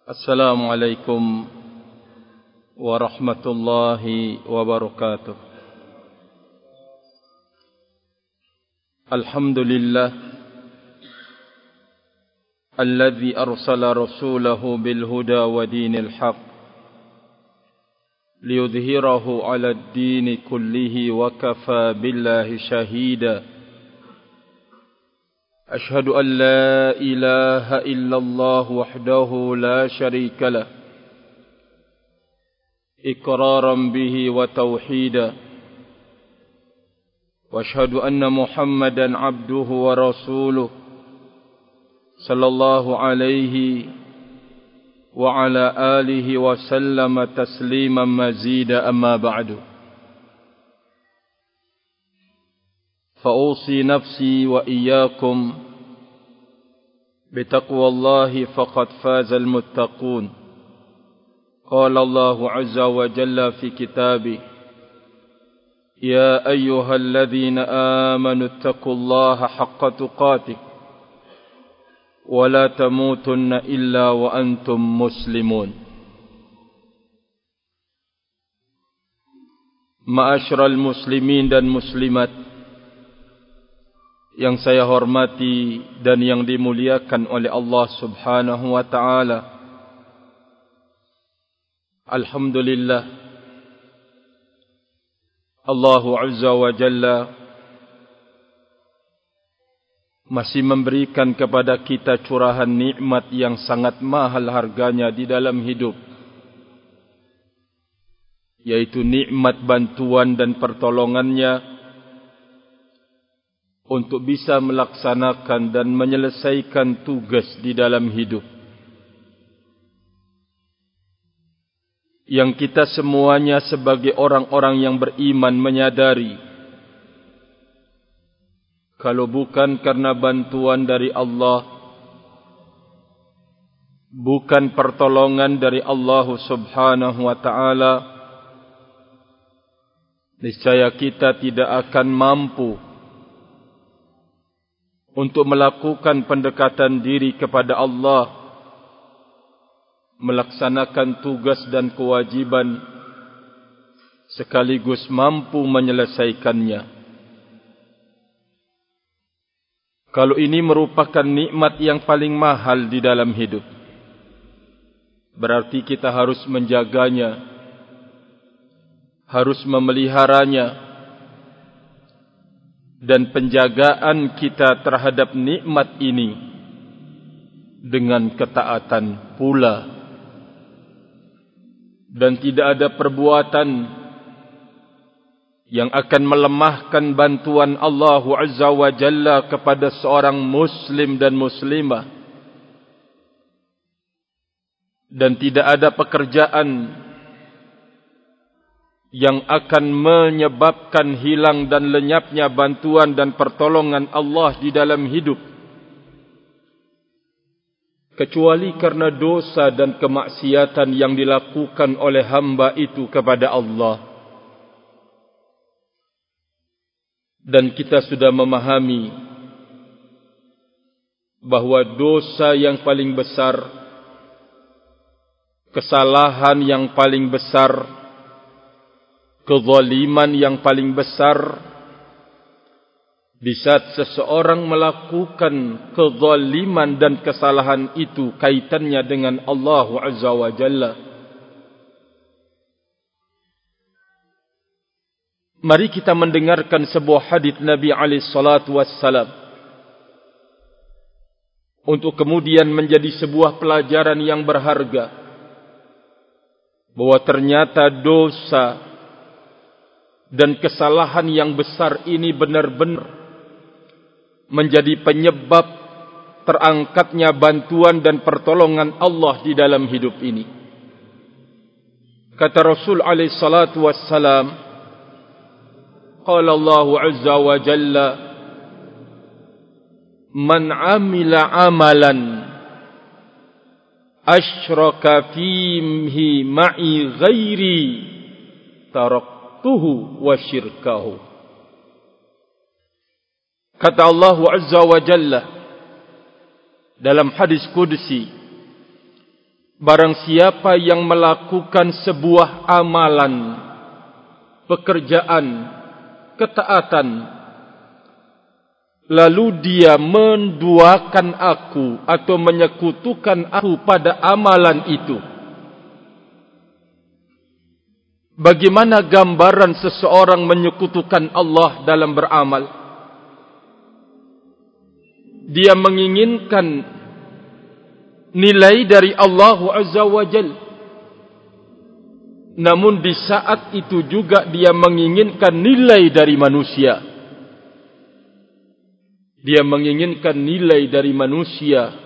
Assalamualaikum warahmatullahi wabarakatuh. Alhamdulillah alladzi arsala rasulahu bil huda wa dinil haq liyudhhirahu 'ala ad-din kullihi wa kafa billahi shahida. أشهد أن لا إله إلا الله وحده لا شريك له إقرارا به وتوحيدا وأشهد أن محمدا عبده ورسوله صلى الله عليه وعلى آله وسلم تسليما مزيدا أما بعد فأوصي نفسي وإياكم بتقوى الله فقد فاز المتقون. قال الله عز وجل في كتابه يا أيها الذين آمنوا اتقوا الله حق تقاته ولا تموتن إلا وأنتم مسلمون. Ma'asyiral muslimin dan muslimat yang saya hormati dan yang dimuliakan oleh Allah Subhanahu wa ta'ala. Alhamdulillah, Allah Azza wa Jalla masih memberikan kepada kita curahan nikmat yang sangat mahal harganya di dalam hidup, yaitu nikmat bantuan dan pertolongannya untuk bisa melaksanakan dan menyelesaikan tugas di dalam hidup. Yang kita semuanya sebagai orang-orang yang beriman menyadari, kalau bukan karena bantuan dari Allah, bukan pertolongan dari Allah Subhanahu wa ta'ala, niscaya kita tidak akan mampu untuk melakukan pendekatan diri kepada Allah, melaksanakan tugas dan kewajiban, sekaligus mampu menyelesaikannya. Kalau ini merupakan nikmat yang paling mahal di dalam hidup, berarti kita harus menjaganya, harus memeliharanya. Dan penjagaan kita terhadap nikmat ini dengan ketaatan pula. Dan tidak ada perbuatan yang akan melemahkan bantuan Allah Azza wa Jalla kepada seorang muslim dan muslimah. Dan tidak ada pekerjaan yang akan menyebabkan hilang dan lenyapnya bantuan dan pertolongan Allah di dalam hidup, kecuali karena dosa dan kemaksiatan yang dilakukan oleh hamba itu kepada Allah. Dan kita sudah memahami bahwa dosa yang paling besar, kesalahan yang paling besar, kezaliman yang paling besar, di saat seseorang melakukan kezaliman dan kesalahan itu kaitannya dengan Allah Azza wa Jalla. Mari kita mendengarkan sebuah hadits Nabi alaihi salatu wassalam, untuk kemudian menjadi sebuah pelajaran yang berharga, bahwa ternyata dosa dan kesalahan yang besar ini benar-benar menjadi penyebab terangkatnya bantuan dan pertolongan Allah di dalam hidup ini. Kata Rasul alaihi salatu wassalam, qala Allah Azza wa Jalla, man amila amalan asyraka fihi ma'i ghairi taraktuhu wa syirkahu. Kata Allah Azza wa Jalla dalam hadis qudsi, barang siapa yang melakukan sebuah amalan, pekerjaan, ketaatan, lalu dia menduakan aku atau menyekutukan aku pada amalan itu. Bagaimana gambaran seseorang menyekutukan Allah dalam beramal? Dia menginginkan nilai dari Allah Azza wa Jal, namun di saat itu juga dia menginginkan nilai dari manusia. Dia menginginkan nilai dari manusia,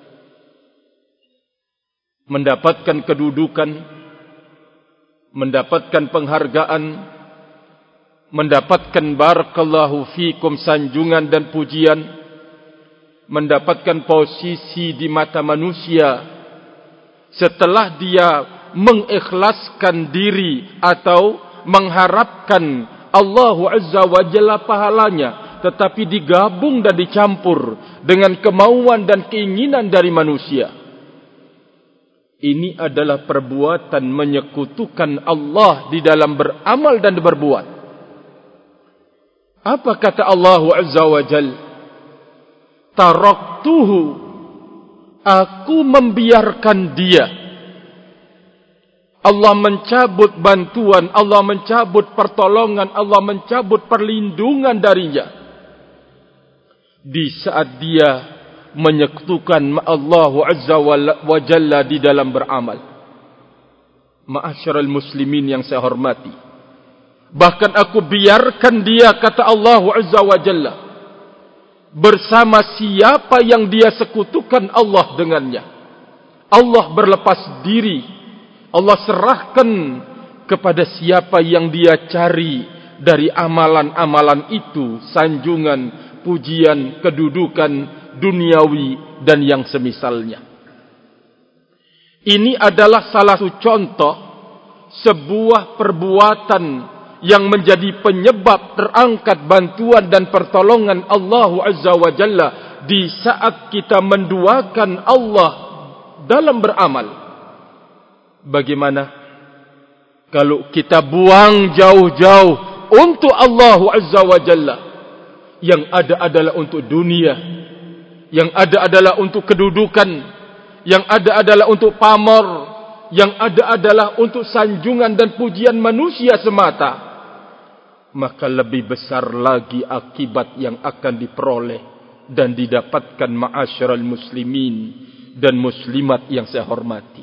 mendapatkan kedudukan, mendapatkan penghargaan, mendapatkan barakallahu fikum sanjungan dan pujian, mendapatkan posisi di mata manusia setelah dia mengikhlaskan diri atau mengharapkan Allah Azza wa Jalla pahalanya, tetapi digabung dan dicampur dengan kemauan dan keinginan dari manusia. Ini adalah perbuatan menyekutukan Allah di dalam beramal dan berbuat. Apa kata Allah Azza wa Jalla? Taraktuhu, aku membiarkan dia. Allah mencabut bantuan, Allah mencabut pertolongan, Allah mencabut perlindungan darinya di saat dia menyekutukan Allah Azza wa Jalla di dalam beramal. Ma'asyiral muslimin yang saya hormati, bahkan aku biarkan dia, kata Allah Azza wa Jalla, bersama siapa yang dia sekutukan Allah dengannya. Allah berlepas diri, Allah serahkan kepada siapa yang dia cari dari amalan-amalan itu, sanjungan, pujian, kedudukan duniawi dan yang semisalnya. Ini adalah salah satu contoh sebuah perbuatan yang menjadi penyebab terangkat bantuan dan pertolongan Allah Azza wa Jalla di saat kita menduakan Allah dalam beramal. Bagaimana kalau kita buang jauh-jauh untuk Allah Azza wa Jalla? Yang ada adalah untuk dunia, yang ada adalah untuk kedudukan, yang ada adalah untuk pamor, yang ada adalah untuk sanjungan dan pujian manusia semata, maka lebih besar lagi akibat yang akan diperoleh dan didapatkan ma'asyiral muslimin dan muslimat yang saya hormati.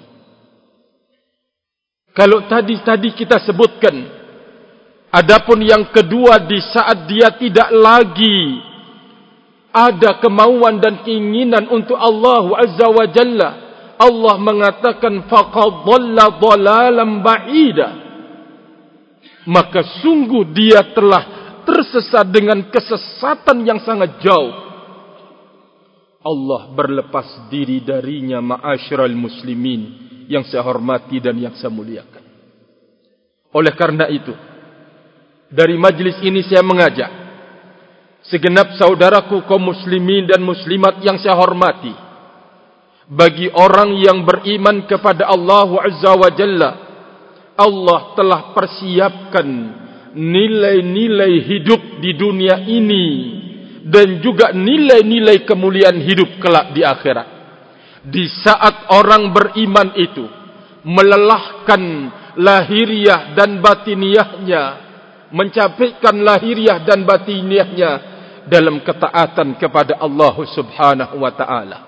Kalau tadi kita sebutkan, adapun yang kedua, di saat dia tidak lagi ada kemauan dan keinginan untuk Allah Azza wa Jalla, Allah mengatakan faqad dhalla dhalalan ba'ida, maka sungguh dia telah tersesat dengan kesesatan yang sangat jauh. Allah berlepas diri darinya, ma'asyiral muslimin yang saya hormati dan yang saya muliakan. Oleh karena itu, dari majlis ini saya mengajak segenap saudaraku kaum muslimin dan muslimat yang saya hormati, bagi orang yang beriman kepada Allah Azza wa Jalla, Allah telah persiapkan nilai-nilai hidup di dunia ini dan juga nilai-nilai kemuliaan hidup kelak di akhirat. Di saat orang beriman itu melelahkan lahiriah dan batiniahnya, mencapaikan lahiriah dan batiniahnya dalam ketaatan kepada Allah Subhanahu wa ta'ala,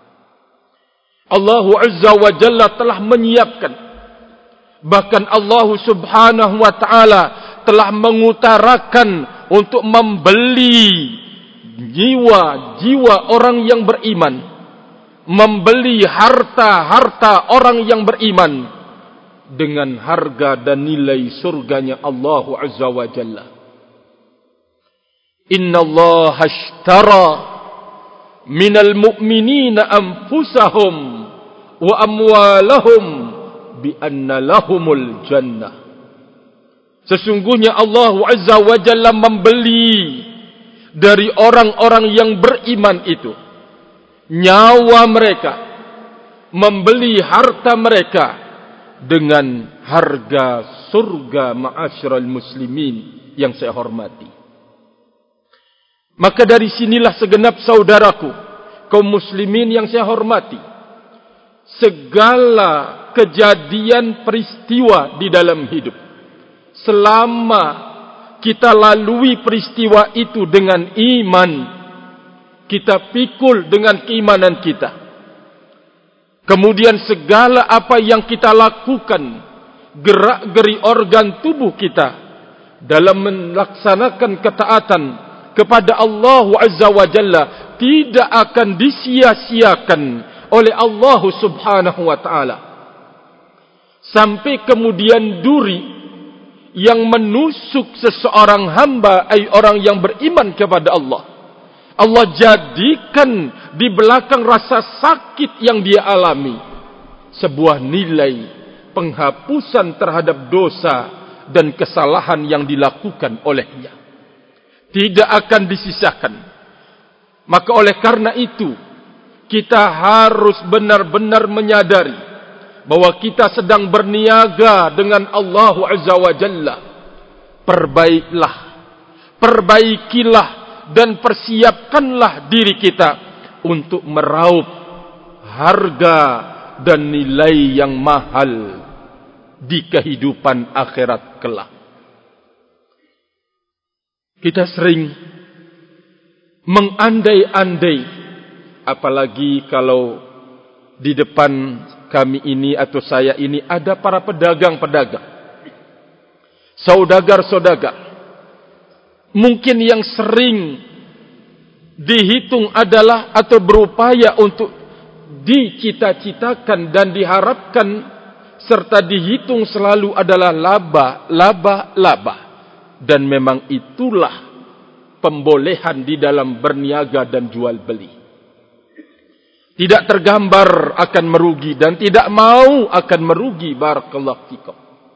Allah Azza wa Jalla telah menyiapkan, bahkan Allah Subhanahu wa ta'ala telah mengutarakan untuk membeli jiwa-jiwa orang yang beriman, membeli harta-harta orang yang beriman dengan harga dan nilai surganya Allah Azza wa Jalla. Inna Allah ashtara minal mu'minina anfusahum wa amwalahum bi anna lahumul jannah. Sesungguhnya Allah Azza wa Jalla membeli dari orang-orang yang beriman itu nyawa mereka, membeli harta mereka dengan harga surga, ma'asyiral muslimin yang saya hormati. Maka dari sinilah segenap saudaraku, kaum muslimin yang saya hormati, segala kejadian peristiwa di dalam hidup, selama kita lalui peristiwa itu dengan iman, kita pikul dengan keimanan kita, kemudian segala apa yang kita lakukan, gerak-geri organ tubuh kita dalam melaksanakan ketaatan kepada Allah Azza wa Jalla tidak akan disia-siakan oleh Allah Subhanahu wa taala. Sampai kemudian duri yang menusuk seseorang hamba, orang yang beriman kepada Allah, Allah jadikan di belakang rasa sakit yang dia alami sebuah nilai penghapusan terhadap dosa dan kesalahan yang dilakukan olehnya. Tidak akan disisakan. Maka oleh karena itu, kita harus benar-benar menyadari bahwa kita sedang berniaga dengan Allah Azza wa Jalla. Perbaikilah dan persiapkanlah diri kita untuk meraup harga dan nilai yang mahal di kehidupan akhirat kelak. Kita sering mengandai-andai, apalagi kalau di depan kami ini atau saya ini ada para pedagang-pedagang, saudagar-saudagar, mungkin yang sering dihitung adalah atau berupaya untuk dicita-citakan dan diharapkan serta dihitung selalu adalah laba. Dan memang itulah pembolehan di dalam berniaga dan jual beli. Tidak tergambar akan merugi dan tidak mau akan merugi. Barakallahu fikum.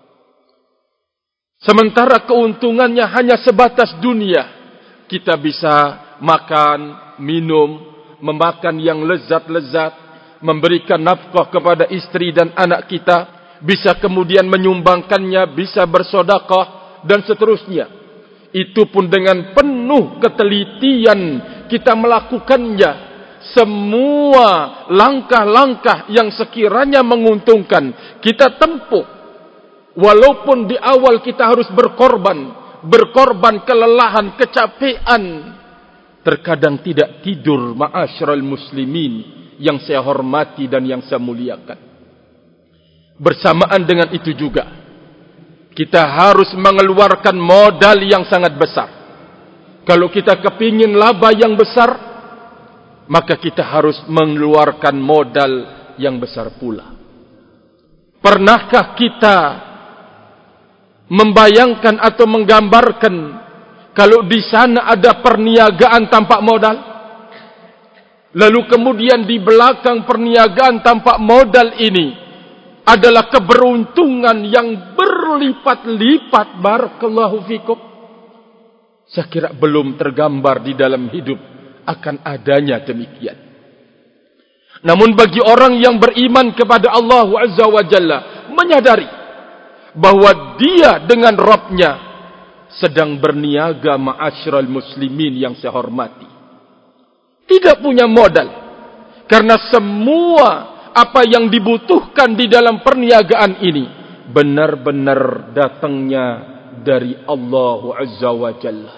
Sementara keuntungannya hanya sebatas dunia. Kita bisa makan, minum, memakan yang lezat-lezat, memberikan nafkah kepada istri dan anak kita, bisa kemudian menyumbangkannya, bisa bersedekah dan seterusnya. Itu pun dengan penuh ketelitian kita melakukannya. Semua langkah-langkah yang sekiranya menguntungkan kita tempuh. Walaupun di awal kita harus berkorban kelelahan, kecapean. Terkadang tidak tidur, ma'asyiral muslimin yang saya hormati dan yang saya muliakan. Bersamaan dengan itu juga, kita harus mengeluarkan modal yang sangat besar. Kalau kita kepingin laba yang besar, maka kita harus mengeluarkan modal yang besar pula. Pernahkah kita membayangkan atau menggambarkan kalau di sana ada perniagaan tanpa modal? Lalu kemudian di belakang perniagaan tanpa modal ini adalah keberuntungan yang berlipat-lipat. Barakallahu fikum. Saya kira belum tergambar di dalam hidup akan adanya demikian. Namun bagi orang yang beriman kepada Allah Azza wa Jalla, menyadari bahwa dia dengan Rabbnya sedang berniaga, ma'asyiral muslimin yang saya hormati, tidak punya modal, karena semua apa yang dibutuhkan di dalam perniagaan ini benar-benar datangnya dari Allah Azza wa Jalla.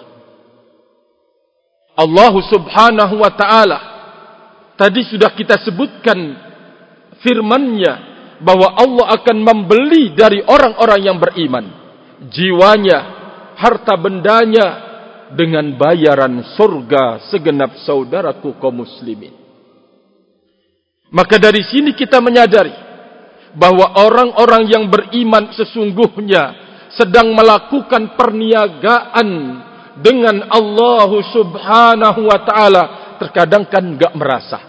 Allah Subhanahu wa ta'ala tadi sudah kita sebutkan firman-Nya bahwa Allah akan membeli dari orang-orang yang beriman jiwanya, harta bendanya dengan bayaran surga segenap saudaraku kaum muslimin. Maka dari sini kita menyadari bahwa orang-orang yang beriman sesungguhnya sedang melakukan perniagaan dengan Allah Subhanahu wa ta'ala. Terkadang kan enggak merasa.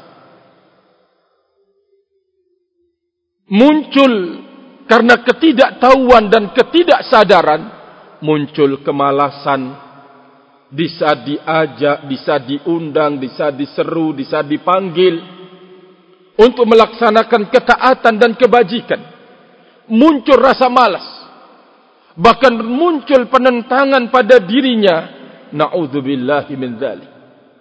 Muncul karena ketidaktahuan dan ketidaksadaran, muncul kemalasan. Bisa diajak, bisa diundang, bisa diseru, bisa dipanggil. untuk melaksanakan ketaatan dan kebajikan, muncul rasa malas, bahkan muncul penentangan pada dirinya. Na'udzubillahi min dzalik.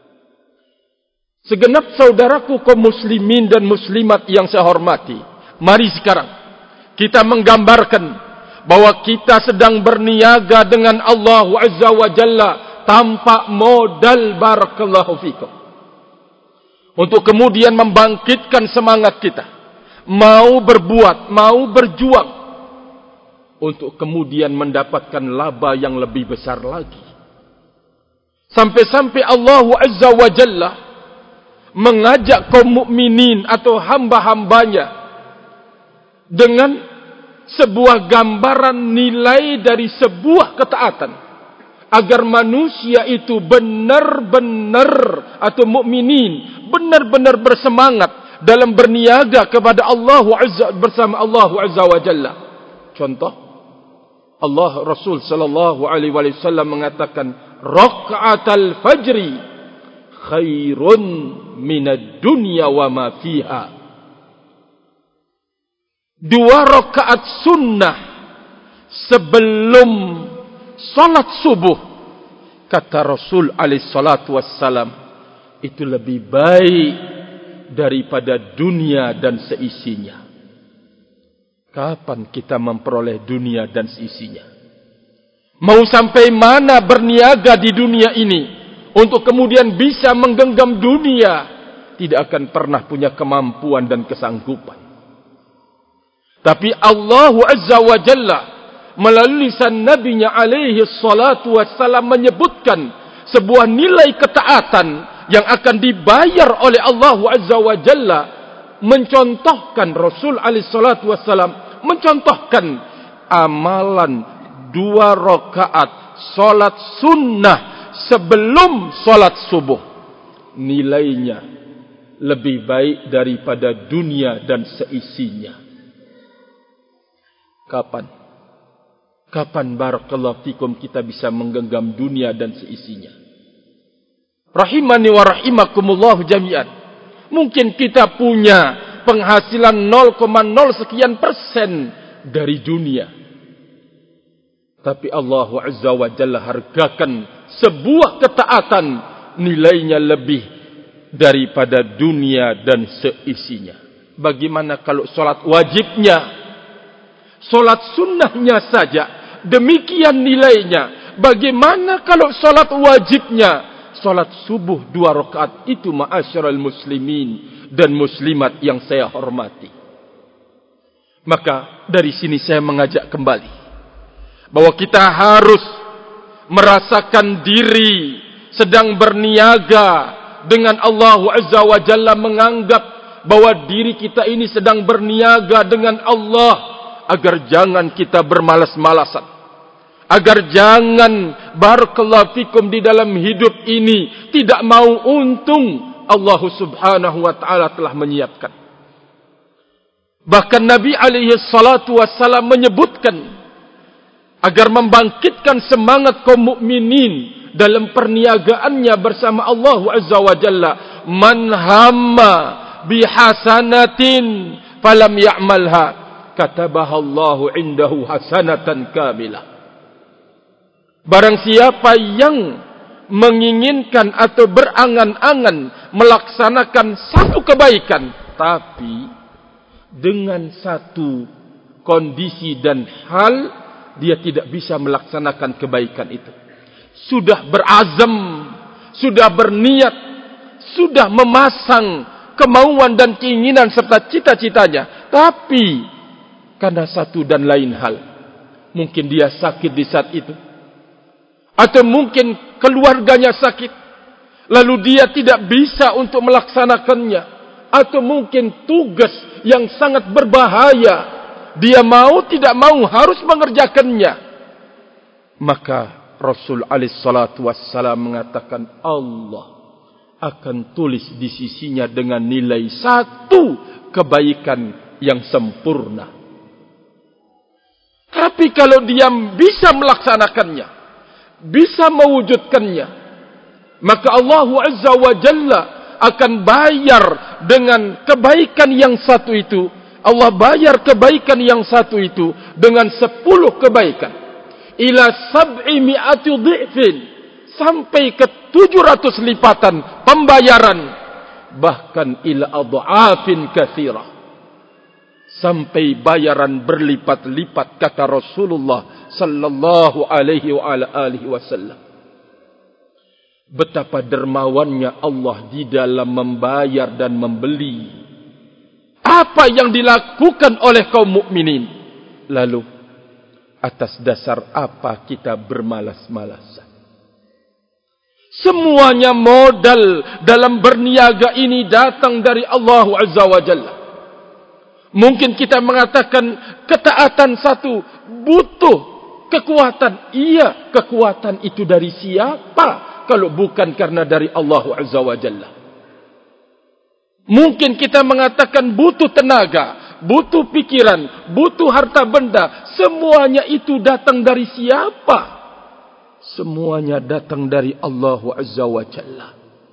Segenap saudaraku kaum muslimin dan muslimat yang saya hormati, mari sekarang kita menggambarkan bahwa kita sedang berniaga dengan Allah Azza wa Jalla tanpa modal, barakallahu fikum, untuk kemudian membangkitkan semangat kita, mau berbuat, mau berjuang, untuk kemudian mendapatkan laba yang lebih besar lagi. Sampai-sampai Allah Azza wa Jalla mengajak kaum mukminin atau hamba-hambanya dengan sebuah gambaran nilai dari sebuah ketaatan, agar manusia itu benar-benar, atau mukminin benar-benar bersemangat dalam berniaga kepada Allah Azza, bersama Allah Azza wa Jalla. Contoh, Allah Rasul sallallahu alaihi wasallam mengatakan, raq'atal fajri khairun minad dunya wa ma fiha. 2 rakaat sunnah sebelum salat subuh, kata Rasul alaihi salatu wassalam, itu lebih baik daripada dunia dan seisinya. Kapan kita memperoleh dunia dan seisinya? Mau sampai mana berniaga di dunia ini untuk kemudian bisa menggenggam dunia, tidak akan pernah punya kemampuan dan kesanggupan. Tapi Allah Azza wa Jalla melalui lisan Nabi-Nya alaihi salatu wassalam menyebutkan sebuah nilai ketaatan yang akan dibayar oleh Allah Azza wa Jalla, mencontohkan Rasul alaihi salatu wassalam mencontohkan amalan 2 rakaat salat sunnah sebelum salat subuh, nilainya lebih baik daripada dunia dan seisinya. Kapan barakallahu fikum kita bisa menggenggam dunia dan seisinya? Rahimani wa rahimakumullah jami'an. Mungkin kita punya penghasilan 0,0 sekian persen dari dunia, tapi Allah Azza wa Jalla hargakan sebuah ketaatan nilainya lebih daripada dunia dan seisinya. Bagaimana kalau solat wajibnya, solat sunnahnya saja demikian nilainya? Bagaimana kalau solat wajibnya, solat subuh 2 rakaat itu, ma'asyiral muslimin dan muslimat yang saya hormati? Maka dari sini saya mengajak kembali bahwa kita harus merasakan diri sedang berniaga dengan Allah Azza wa Jalla, menganggap bahwa diri kita ini sedang berniaga dengan Allah, agar jangan kita bermalas-malasan, agar jangan barakallahu fikum di dalam hidup ini tidak mau untung. Allah Subhanahu wa taala telah menyiapkan. Bahkan Nabi alaihi salatu wassalam menyebutkan agar membangkitkan semangat kaum mukminin dalam perniagaannya bersama Allah Azza wa Jalla, man hamma bihasanatin falam ya'malha katabaha Allahu indahu hasanatan kamilah. Barang siapa yang menginginkan atau berangan-angan melaksanakan satu kebaikan, tapi dengan satu kondisi dan hal, dia tidak bisa melaksanakan kebaikan itu. Sudah berazam, sudah berniat, sudah memasang kemauan dan keinginan serta cita-citanya, tapi karena satu dan lain hal, mungkin dia sakit di saat itu, atau mungkin keluarganya sakit, lalu dia tidak bisa untuk melaksanakannya, atau mungkin tugas yang sangat berbahaya, dia mau tidak mau harus mengerjakannya. Maka Rasul alaihi salatu wassalam mengatakan, Allah akan tulis di sisinya dengan nilai 1 kebaikan yang sempurna. Tapi kalau dia bisa melaksanakannya, bisa mewujudkannya, maka Allah Azza wa Jalla akan bayar dengan kebaikan yang satu itu. Allah bayar kebaikan yang satu itu dengan 10 kebaikan. Ila 700 dhi'fin, sampai ke 700 lipatan pembayaran. Bahkan ila adha'afin katsirah, sampai bayaran berlipat-lipat, kata Rasulullah sallallahu alaihi wasallam. Betapa dermawannya Allah di dalam membayar dan membeli apa yang dilakukan oleh kaum mukminin. Lalu atas dasar apa kita bermalas-malasan? Semuanya modal dalam berniaga ini datang dari Allah Azza wa Jalla. Mungkin kita mengatakan ketaatan satu butuh kekuatan. Iya, kekuatan itu dari siapa kalau bukan karena dari Allah Azza wa Jalla? Mungkin kita mengatakan butuh tenaga, butuh pikiran, butuh harta benda. Semuanya itu datang dari siapa? Semuanya datang dari Allah Azza wa Jalla.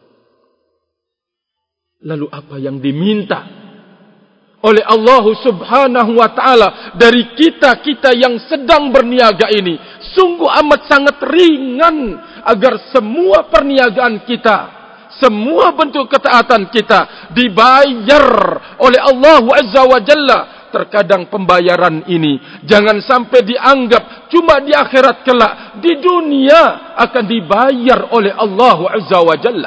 Lalu apa yang diminta oleh Allah Subhanahu wa ta'ala dari kita-kita yang sedang berniaga ini? Sungguh amat sangat ringan agar semua perniagaan kita, semua bentuk ketaatan kita dibayar oleh Allah Azza wa Jalla. Terkadang pembayaran ini jangan sampai dianggap cuma di akhirat kelak, di dunia akan dibayar oleh Allah Azza wa Jalla.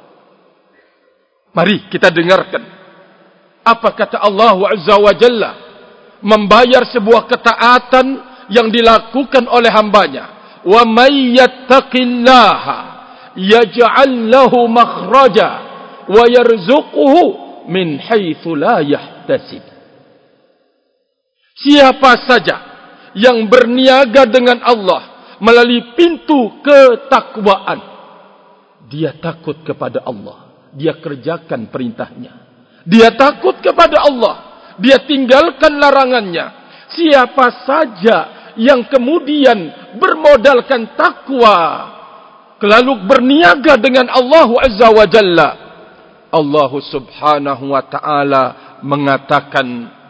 Mari kita dengarkan apa kata Allah Azza wa Jalla membayar sebuah ketaatan yang dilakukan oleh hambanya. Wa may yattaqillaha yaj'al lahu makhraja wa yarzuquhu min haitsu la yahtasib. Siapa saja yang berniaga dengan Allah melalui pintu ketakwaan, dia takut kepada Allah, dia kerjakan perintahnya, dia takut kepada Allah, dia tinggalkan larangannya. Siapa saja yang kemudian bermodalkan takwa, lalu berniaga dengan Allah Azza wa Jalla, Allah Subhanahu wa ta'ala mengatakan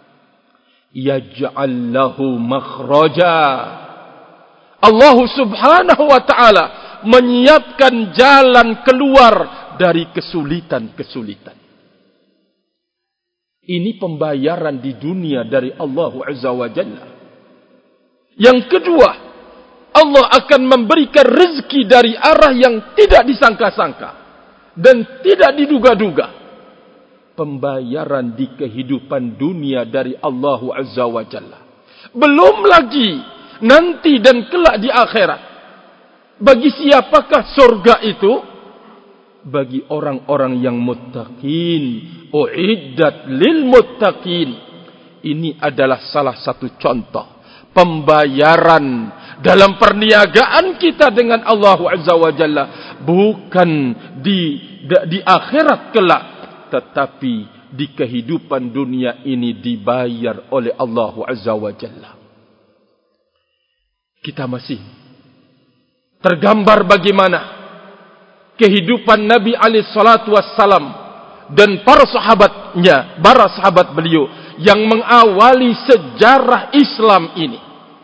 yaj'al lahu makhraja. Allah Subhanahu wa ta'ala menyiapkan jalan keluar dari kesulitan-kesulitan. Ini pembayaran di dunia dari Allah Azza wa Jalla. Yang kedua, Allah akan memberikan rezeki dari arah yang tidak disangka-sangka dan tidak diduga-duga. Pembayaran di kehidupan dunia dari Allah Azza wa Jalla. Belum lagi nanti dan kelak di akhirat. Bagi siapakah surga itu? Bagi orang-orang yang muttaqin. Uiddat lil muttaqin. Ini adalah salah satu contoh pembayaran dalam perniagaan kita dengan Allah Azza wa Jalla. Bukan di akhirat kelak, tetapi di kehidupan dunia ini dibayar oleh Allah Azza wa Jalla. Kita masih tergambar bagaimana kehidupan Nabi alaihi salatu wassalam dan para sahabatnya, para sahabat beliau yang mengawali sejarah Islam ini.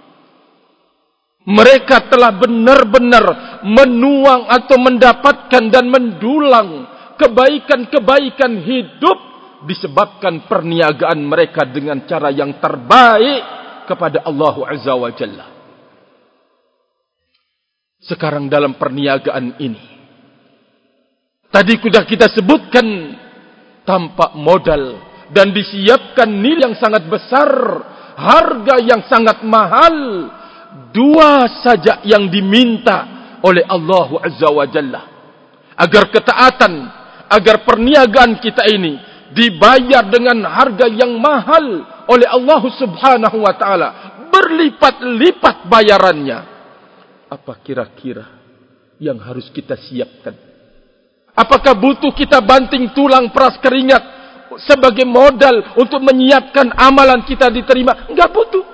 Mereka telah benar-benar menuang atau mendapatkan dan mendulang kebaikan-kebaikan hidup disebabkan perniagaan mereka dengan cara yang terbaik kepada Allah Azza wa Jalla. Sekarang dalam perniagaan ini, tadi sudah kita sebutkan tanpa modal dan disiapkan nilai yang sangat besar, harga yang sangat mahal. Dua saja yang diminta oleh Allah Azza wa Jalla, agar ketaatan, agar perniagaan kita ini dibayar dengan harga yang mahal oleh Allah Subhanahu wa ta'ala, berlipat-lipat bayarannya. Apa kira-kira yang harus kita siapkan? Apakah butuh kita banting tulang peras keringat sebagai modal untuk menyiapkan amalan kita diterima? Enggak butuh.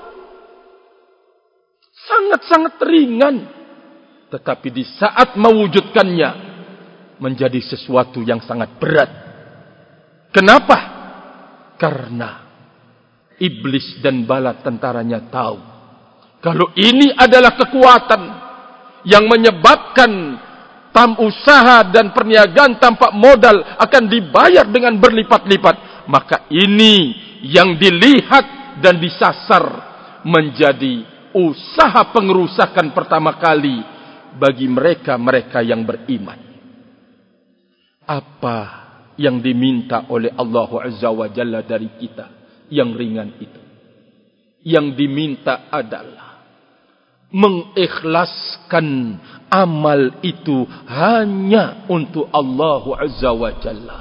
Sangat-sangat ringan. Tetapi di saat mewujudkannya, menjadi sesuatu yang sangat berat. Kenapa? Karena iblis dan bala tentaranya tahu kalau ini adalah kekuatan yang menyebabkan usaha dan perniagaan tanpa modal akan dibayar dengan berlipat-lipat, maka ini yang dilihat dan disasar menjadi usaha pengerusakan pertama kali bagi mereka-mereka yang beriman. Apa yang diminta oleh Allah Azza wa Jalla dari kita yang ringan itu? Yang diminta adalah mengikhlaskan amal itu hanya untuk Allah Azza wa Jalla.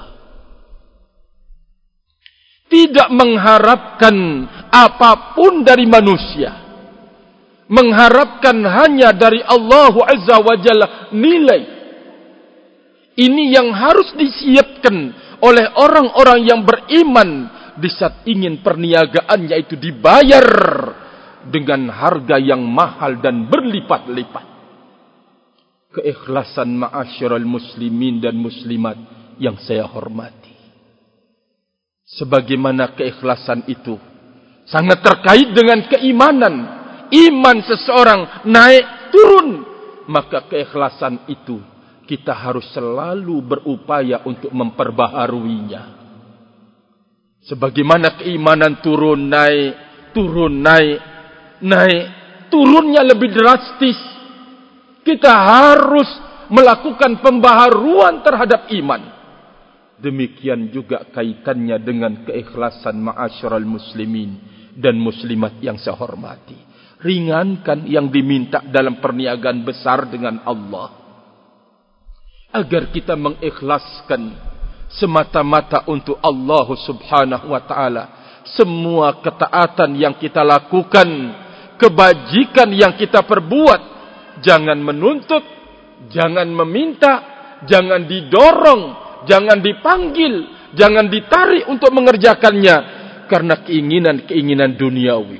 Tidak mengharapkan apapun dari manusia. Mengharapkan hanya dari Allah Azza wa Jalla nilai. Ini yang harus disiapkan oleh orang-orang yang beriman di saat ingin perniagaannya itu dibayar dengan harga yang mahal dan berlipat-lipat. Keikhlasan ma'asyiral muslimin dan muslimat yang saya hormati. Sebagaimana keikhlasan itu sangat terkait dengan keimanan. Iman seseorang naik turun, maka keikhlasan itu kita harus selalu berupaya untuk memperbaharuinya. Sebagaimana keimanan turun naik, turun naik, naik, turunnya lebih drastis. Kita harus melakukan pembaharuan terhadap iman. Demikian juga kaitannya dengan keikhlasan ma'asyiral muslimin dan muslimat yang saya hormati. Ringankan yang diminta dalam perniagaan besar dengan Allah, agar kita mengikhlaskan semata-mata untuk Allah Subhanahu wa ta'ala. Semua ketaatan yang kita lakukan, kebajikan yang kita perbuat, jangan menuntut, jangan meminta, jangan didorong, jangan dipanggil, jangan ditarik untuk mengerjakannya karena keinginan-keinginan duniawi.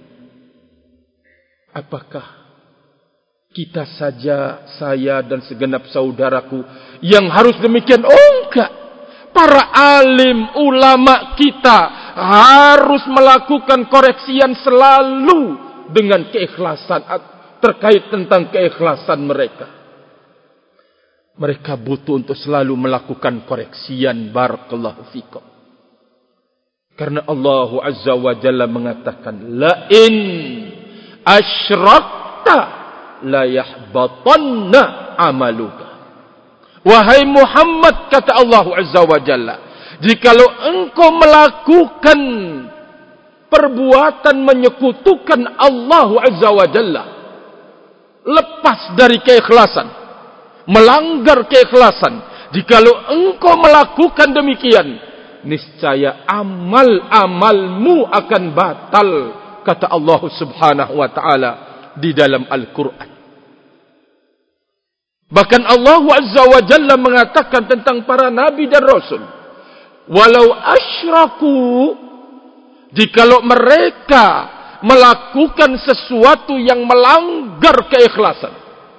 Apakah kita saja, saya dan segenap saudaraku yang harus demikian? Oh enggak. Para alim ulama kita harus melakukan koreksian selalu dengan keikhlasan, terkait tentang keikhlasan mereka. Mereka butuh untuk selalu melakukan koreksian. Barakallahu fikum. Karena Allah Azza wa Jalla mengatakan, la in asyrakta la yahbatanna amaluka. Wahai Muhammad, kata Allah Azza wa Jalla, jikalau engkau melakukan perbuatan menyekutukan Allah Azza wa Jalla, lepas dari keikhlasan, melanggar keikhlasan, jikalau engkau melakukan demikian, niscaya amal-amalmu akan batal, kata Allah Subhanahu wa ta'ala di dalam Al-Quran. Bahkan Allah Azza wa Jalla mengatakan tentang para nabi dan rasul, walau asyraku, jikalau mereka melakukan sesuatu yang melanggar keikhlasan,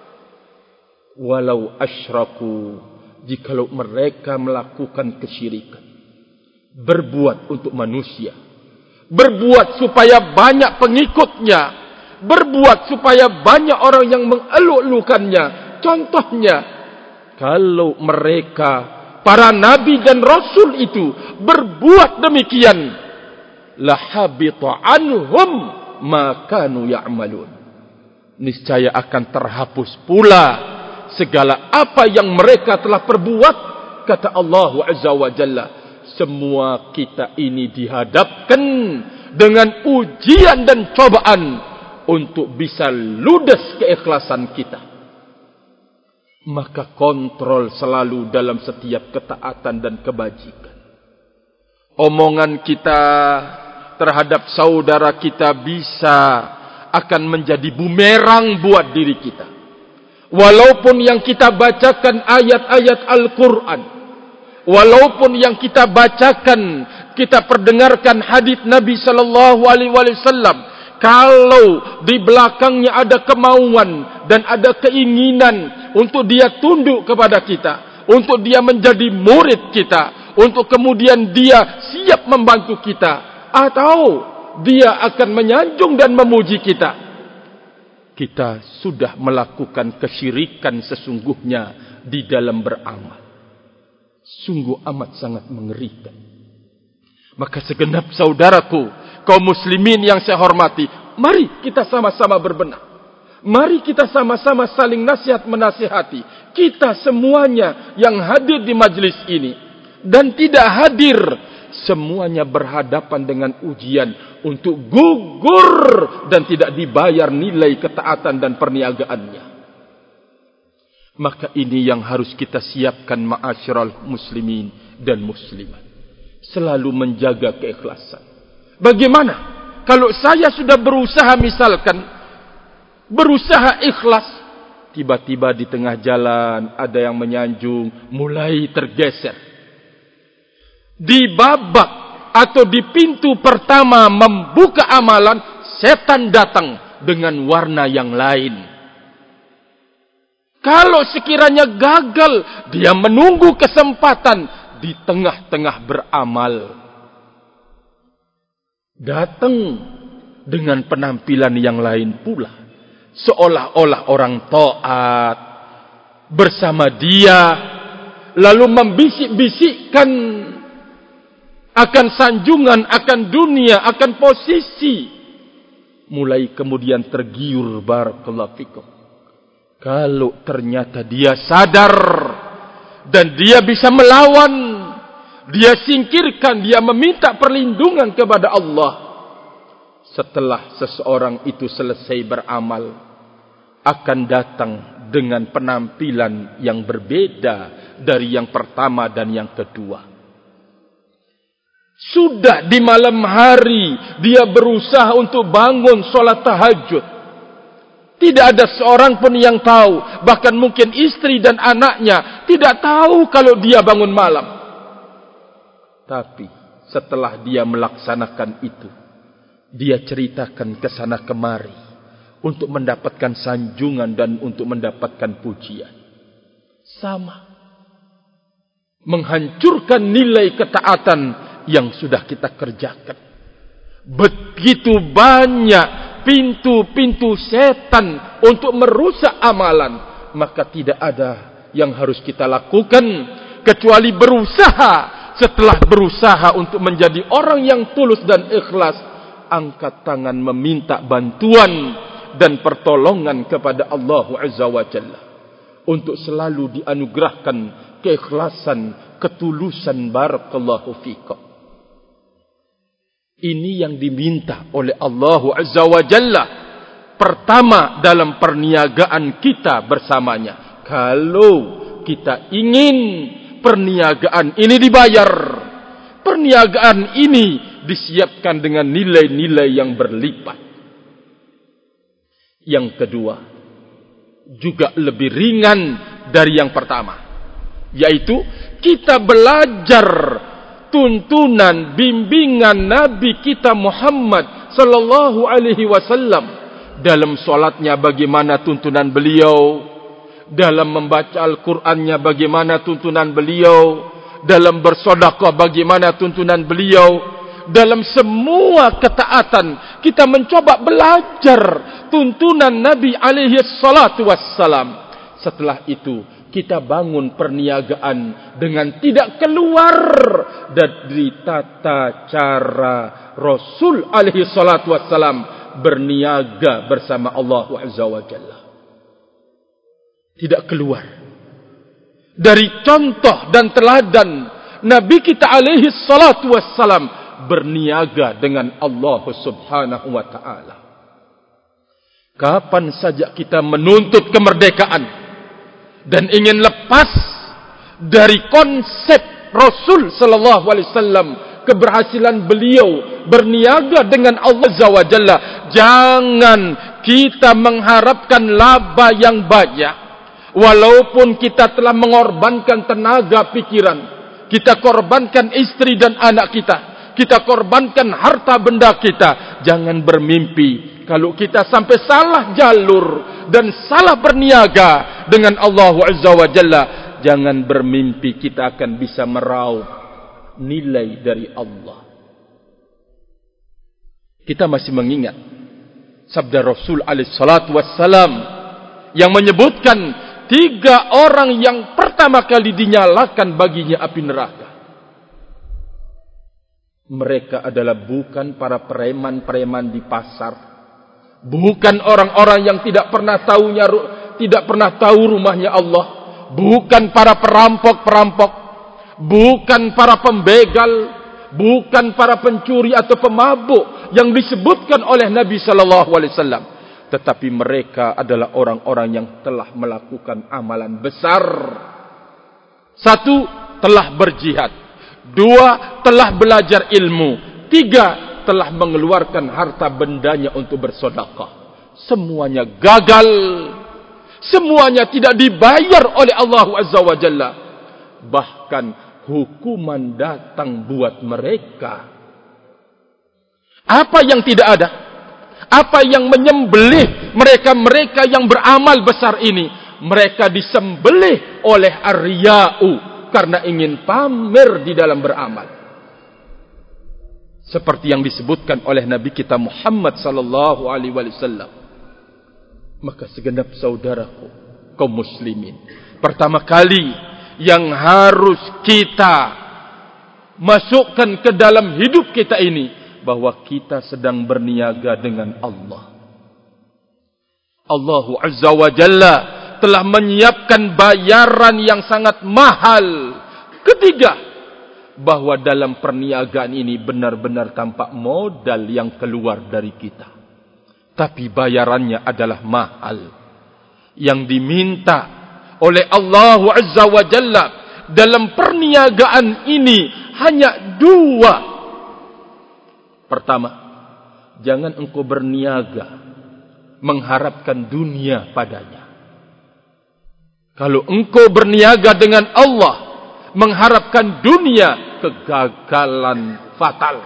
walau asyraku, jikalau mereka melakukan kesyirikan, berbuat untuk manusia, berbuat supaya banyak pengikutnya, berbuat supaya banyak orang yang mengeluk-elukannya. Contohnya, kalau mereka, para nabi dan rasul itu berbuat demikian, lahabita anhum ma kanu ya'malun, niscaya akan terhapus pula segala apa yang mereka telah perbuat, kata Allah Azza wa Jalla. Semua kita ini dihadapkan dengan ujian dan cobaan untuk bisa ludes keikhlasan kita. Maka kontrol selalu dalam setiap ketaatan dan kebajikan. Omongan kita terhadap saudara kita bisa akan menjadi bumerang buat diri kita. Walaupun yang kita bacakan ayat-ayat Al-Quran, walaupun yang kita bacakan, kita perdengarkan hadis Nabi sallallahu alaihi wasallam, kalau di belakangnya ada kemauan dan ada keinginan untuk dia tunduk kepada kita, untuk dia menjadi murid kita, untuk kemudian dia siap membantu kita, atau dia akan menyanjung dan memuji kita, kita sudah melakukan kesyirikan sesungguhnya di dalam beramal. Sungguh amat sangat mengerikan. Maka segenap saudaraku, kaum muslimin yang saya hormati, mari kita sama-sama berbenah. Mari kita sama-sama saling nasihat menasihati. Kita semuanya yang hadir di majlis ini dan tidak hadir, semuanya berhadapan dengan ujian untuk gugur dan tidak dibayar nilai ketaatan dan perniagaannya. Maka ini yang harus kita siapkan, ma'asyiral muslimin dan muslimat. Selalu menjaga keikhlasan. Bagaimana kalau saya sudah berusaha, misalkan berusaha ikhlas, tiba-tiba di tengah jalan ada yang menyanjung, mulai tergeser. Di babak atau di pintu pertama membuka amalan, setan datang dengan warna yang lain. Kalau sekiranya gagal, dia menunggu kesempatan di tengah-tengah beramal. Datang dengan penampilan yang lain pula. Seolah-olah orang taat bersama dia, lalu membisik-bisikkan akan sanjungan, akan dunia, akan posisi. Mulai kemudian tergiur, barakallahu fikum. Kalau ternyata dia sadar dan dia bisa melawan, dia singkirkan, dia meminta perlindungan kepada Allah. Setelah seseorang itu selesai beramal, akan datang dengan penampilan yang berbeda dari yang pertama dan yang kedua. Sudah di malam hari dia berusaha untuk bangun sholat tahajud. Tidak ada seorang pun yang tahu, bahkan mungkin istri dan anaknya tidak tahu kalau dia bangun malam. Tapi setelah dia melaksanakan itu, dia ceritakan ke sana kemari untuk mendapatkan sanjungan dan untuk mendapatkan pujian. Sama. Menghancurkan nilai ketaatan yang sudah kita kerjakan. Begitu banyak pintu-pintu setan untuk merusak amalan. Maka tidak ada yang harus kita lakukan kecuali berusaha. Setelah berusaha untuk menjadi orang yang tulus dan ikhlas, angkat tangan meminta bantuan dan pertolongan kepada Allah Azza wa Jalla untuk selalu dianugerahkan keikhlasan, ketulusan, barakallahu fikum. Ini yang diminta oleh Allah Azza wa Jalla pertama dalam perniagaan kita bersamanya. Kalau kita ingin perniagaan ini dibayar, perniagaan ini disiapkan dengan nilai-nilai yang berlipat. Yang kedua, juga lebih ringan dari yang pertama, yaitu kita belajar tuntunan bimbingan Nabi kita Muhammad sallallahu alaihi wasallam dalam salatnya, bagaimana tuntunan beliau, dalam membaca Al-Qur'annya bagaimana tuntunan beliau, dalam bersedekah bagaimana tuntunan beliau. Dalam semua ketaatan kita mencoba belajar tuntunan Nabi alaihi salatu wassalam. Setelah itu kita bangun perniagaan dengan tidak keluar dari tata cara Rasul alaihi salatu wassalam berniaga bersama Allah Azza wa Jalla. Tidak keluar dari contoh dan teladan Nabi kita alaihi salatu wassalam berniaga dengan Allah Subhanahu wa ta'ala. Kapan saja kita menuntut kemerdekaan dan ingin lepas dari konsep Rasul sallallahu alaihi wasallam, keberhasilan beliau berniaga dengan Allah Azza wa Jalla, jangan kita mengharapkan laba yang banyak walaupun kita telah mengorbankan tenaga pikiran, kita korbankan istri dan anak kita korbankan harta benda kita. Jangan bermimpi kalau kita sampai salah jalur dan salah berniaga dengan Allah Azza wa Jalla, jangan bermimpi kita akan bisa meraup nilai dari Allah. Kita masih mengingat sabda Rasul alaihi salatu wassalam yang menyebutkan 3 orang yang pertama kali dinyalakan baginya api neraka. Mereka adalah bukan para preman-preman di pasar, bukan orang-orang yang tidak pernah tahu rumahnya Allah, bukan para perampok-perampok, bukan para pembegal, bukan para pencuri atau pemabuk yang disebutkan oleh Nabi sallallahu alaihi wasallam, tetapi mereka adalah orang-orang yang telah melakukan amalan besar. 1, telah berjihad. 2, telah belajar ilmu. 3, telah mengeluarkan harta bendanya untuk bersedekah. Semuanya gagal. Semuanya tidak dibayar oleh Allah Azza wa Jalla. Bahkan hukuman datang buat mereka. Apa yang tidak ada? Apa yang menyembelih mereka-mereka yang beramal besar ini? Mereka disembelih oleh ar-riya'u, karena ingin pamer di dalam beramal. Seperti yang disebutkan oleh Nabi kita Muhammad sallallahu alaihi wasallam. Maka segenap saudaraku kaum muslimin, pertama kali yang harus kita masukkan ke dalam hidup kita ini, bahwa kita sedang berniaga dengan Allah. Allah Azza wa Jalla telah menyiapkan bayaran yang sangat mahal. Ketiga, bahwa dalam perniagaan ini benar-benar tampak modal yang keluar dari kita, tapi bayarannya adalah mahal. Yang diminta oleh Allah Azza wa Jalla dalam perniagaan ini hanya 2. Pertama, jangan engkau berniaga mengharapkan dunia padanya. Kalau engkau berniaga dengan Allah mengharapkan dunia, kegagalan fatal.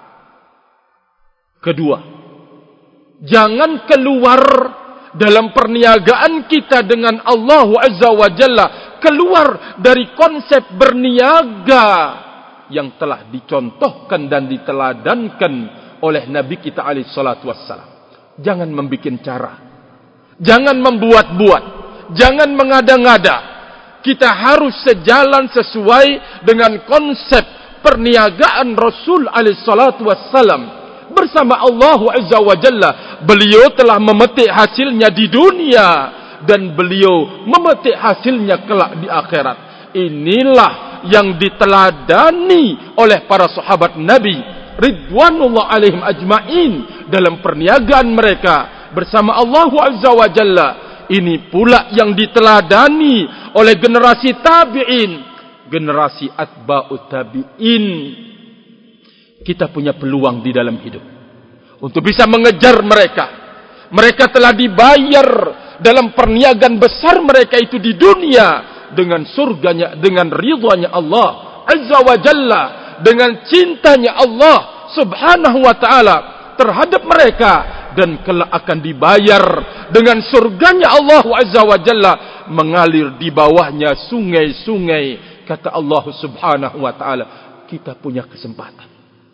Kedua, jangan keluar dalam perniagaan kita dengan Allah Azza wa Jalla, keluar dari konsep berniaga yang telah dicontohkan dan diteladankan oleh Nabi kita alaihi salatu wassalam. Jangan membikin cara, jangan membuat-buat, jangan mengada-ngada. Kita harus sejalan sesuai dengan konsep perniagaan Rasul alaihi salatu wassalam bersama Allah Azza wa Jalla. Beliau telah memetik hasilnya di dunia dan beliau memetik hasilnya kelak di akhirat. Inilah yang diteladani oleh para sahabat Nabi ridwanullah alaihim ajma'in dalam perniagaan mereka bersama Allah Azza wa Jalla. Ini pula yang diteladani oleh generasi tabi'in, generasi atba'ut tabi'in. Kita punya peluang di dalam hidup untuk bisa mengejar mereka. Mereka telah dibayar dalam perniagaan besar mereka itu di dunia dengan surganya, dengan ridwanya Allah Azza wa Jalla, dengan cintanya Allah Subhanahu wa ta'ala terhadap mereka, dan kelak akan dibayar dengan surganya Allah Azza wa Jalla, mengalir di bawahnya sungai-sungai. Kata Allah Subhanahu wa ta'ala, kita punya kesempatan,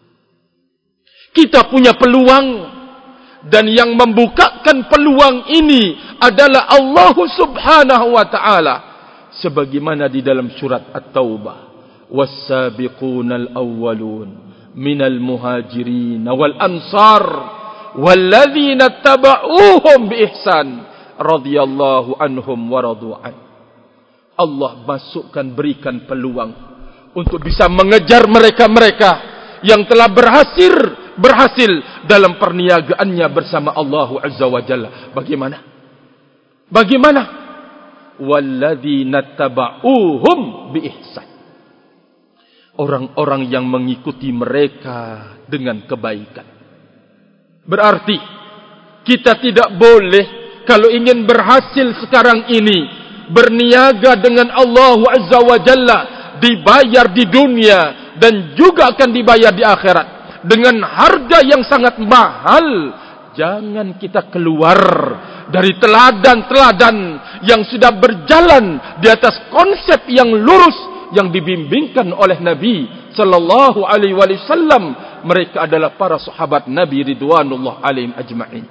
kita punya peluang, dan yang membukakan peluang ini adalah Allah Subhanahu wa ta'ala. Sebagaimana di dalam surat At-Taubah, was-sabiqunal awwalun minal muhajirin wal ansar walladzina tabauhum biihsan radhiyallahu anhum wa radu an. Allah masukkan, berikan peluang untuk bisa mengejar mereka-mereka yang telah berhasil dalam perniagaannya bersama Allah Azza wa Jalla. Bagaimana? Walladzina tabauhum biihsan. Orang-orang yang mengikuti mereka dengan kebaikan. Berarti kita tidak boleh, kalau ingin berhasil sekarang ini, berniaga dengan Allah Azza wa Jalla, dibayar di dunia dan juga akan dibayar di akhirat dengan harga yang sangat mahal. Jangan kita keluar dari teladan-teladan yang sudah berjalan di atas konsep yang lurus yang dibimbingkan oleh Nabi sallallahu alaihi wasallam. Mereka adalah para sahabat Nabi ridwanullah alaihim ajma'in.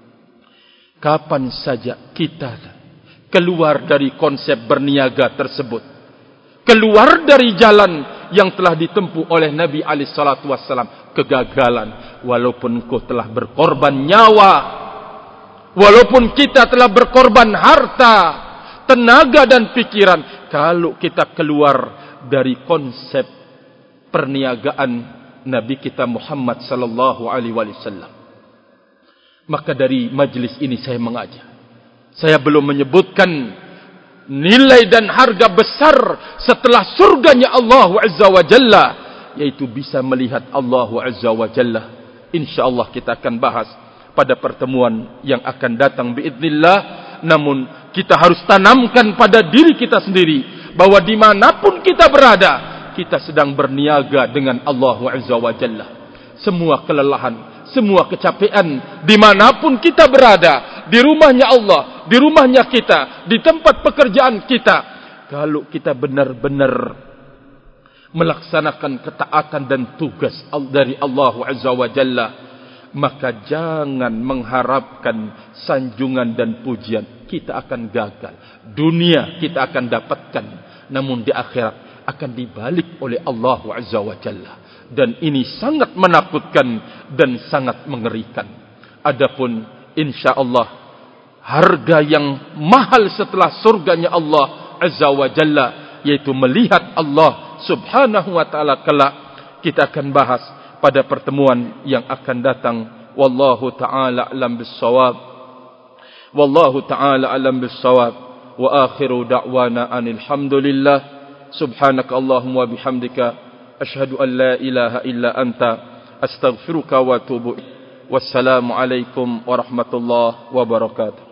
Kapan saja kita keluar dari konsep berniaga tersebut, keluar dari jalan yang telah ditempuh oleh Nabi alaihi salatu wasallam, kegagalan. Walaupun engkau telah berkorban nyawa, walaupun kita telah berkorban harta, tenaga dan pikiran, kalau kita keluar dari konsep perniagaan Nabi kita Muhammad sallallahu alaihi wasallam, maka dari majlis ini saya mengajak. Saya belum menyebutkan nilai dan harga besar setelah surganya Allah Azza wa Jalla, yaitu bisa melihat Allah Azza wa Jalla. InsyaAllah kita akan bahas pada pertemuan yang akan datang biiznillah. Namun kita harus tanamkan pada diri kita sendiri bahwa dimanapun kita berada, kita sedang berniaga dengan Allah Azza wa Jalla. Semua kelelahan, semua kecapean, dimanapun kita berada, di rumahnya Allah, di rumahnya kita, di tempat pekerjaan kita, kalau kita benar-benar melaksanakan ketaatan dan tugas dari Allah Azza wa Jalla, maka jangan mengharapkan sanjungan dan pujian. Kita akan gagal. Dunia kita akan dapatkan, namun di akhirat akan dibalik oleh Allah Azza wa Jalla. Dan ini sangat menakutkan dan sangat mengerikan. Adapun insyaallah harga yang mahal setelah surganya Allah Azza wa Jalla, yaitu melihat Allah Subhanahu wa ta'ala kelak, kita akan bahas pada pertemuan yang akan datang. Wallahu ta'ala a'lam bis-shawab. Wallahu ta'ala a'lam bis-shawab. Wa akhiru da'wana anil hamdulillah. Subhanaka Allahumma bihamdika asyhadu an la ilaha illa anta astaghfiruka wa atubu ilaik. Wassalamu alaikum warahmatullahi wabarakatuh.